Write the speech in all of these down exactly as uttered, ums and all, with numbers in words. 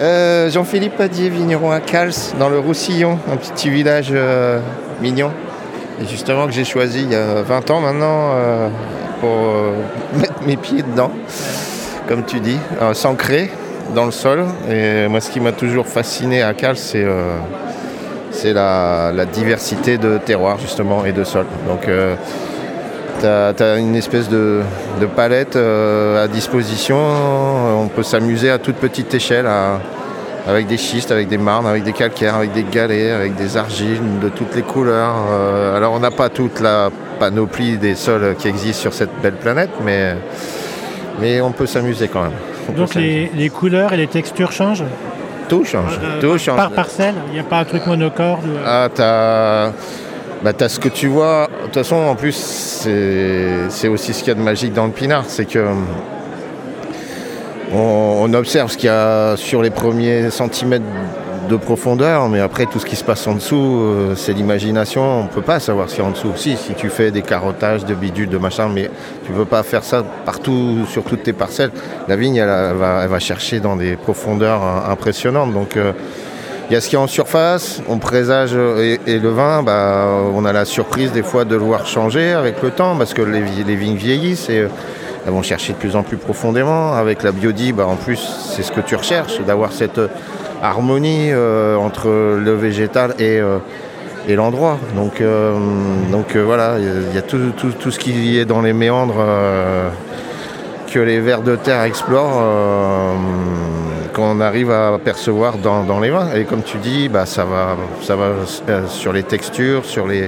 Euh, Jean-Philippe Padier, vigneron à Cals, dans le Roussillon, un petit village euh, mignon. Et justement que j'ai choisi il y a vingt ans maintenant euh, pour euh, mettre mes pieds dedans, comme tu dis, euh, s'ancrer dans le sol. Et moi, ce qui m'a toujours fasciné à Cals, c'est, euh, c'est la, la diversité de terroirs justement et de sol. Donc, euh, tu as une espèce de, de palette euh, à disposition. On peut s'amuser à toute petite échelle, à, avec des schistes, avec des marnes, avec des calcaires, avec des galets, avec des argiles de toutes les couleurs. Euh, alors on n'a pas toute la panoplie des sols qui existent sur cette belle planète, mais, mais on peut s'amuser quand même. On Donc les, les couleurs et les textures changent ? Tout change, euh, tout par, change. Par parcelle ? Il n'y a pas un truc monocorde ou... Ah, t'as... Bah, t'as ce que tu vois. De toute façon, en plus, c'est, c'est aussi ce qu'il y a de magique dans le pinard, c'est que on, on observe ce qu'il y a sur les premiers centimètres de profondeur, mais après tout ce qui se passe en dessous, euh, c'est l'imagination. On ne peut pas savoir ce qu'il y a en dessous. Si, si tu fais des carottages, de bidules, de machin, mais tu ne peux pas faire ça partout sur toutes tes parcelles. La vigne, elle, elle, va, elle va chercher dans des profondeurs impressionnantes. Donc, euh, il y a ce qui est en surface, on présage, et, et le vin, bah, on a la surprise des fois de le voir changer avec le temps, parce que les, les vignes vieillissent et euh, elles vont chercher de plus en plus profondément. Avec la biodie, bah, en plus, c'est ce que tu recherches, d'avoir cette euh, harmonie euh, entre le végétal et, euh, et l'endroit. Donc, euh, donc euh, voilà, il y a tout, tout, tout ce qui est dans les méandres euh, que les vers de terre explorent. Euh, qu'on arrive à percevoir dans, dans les vins. Et comme tu dis, bah, ça va, ça va euh, sur les textures, sur les...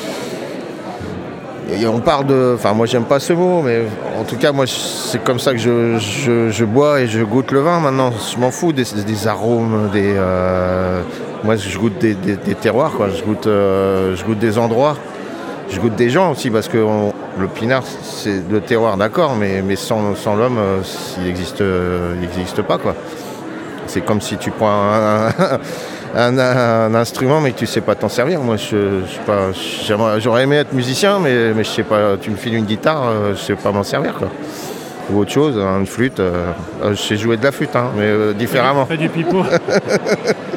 Et on parle de... Enfin, moi, j'aime pas ce mot, mais en tout cas, moi, c'est comme ça que je, je, je bois et je goûte le vin maintenant. Je m'en fous des, des arômes, des... Euh... Moi, je goûte des, des, des terroirs, quoi. Je goûte, euh, je goûte des endroits. Je goûte des gens aussi, parce que on, le pinard, c'est le terroir, d'accord, mais, mais sans, sans l'homme, euh, il n'existe euh, il existe pas, quoi. C'est comme si tu prends un, un, un, un instrument mais que tu sais pas t'en servir. Moi, je, je sais pas, j'aimerais, j'aurais aimé être musicien, mais, mais je sais pas. Tu me files une guitare, euh, je sais pas m'en servir, quoi. Ou autre chose, hein, une flûte. Euh, je sais jouer de la flûte, hein, mais euh, différemment. Pas du pipeau.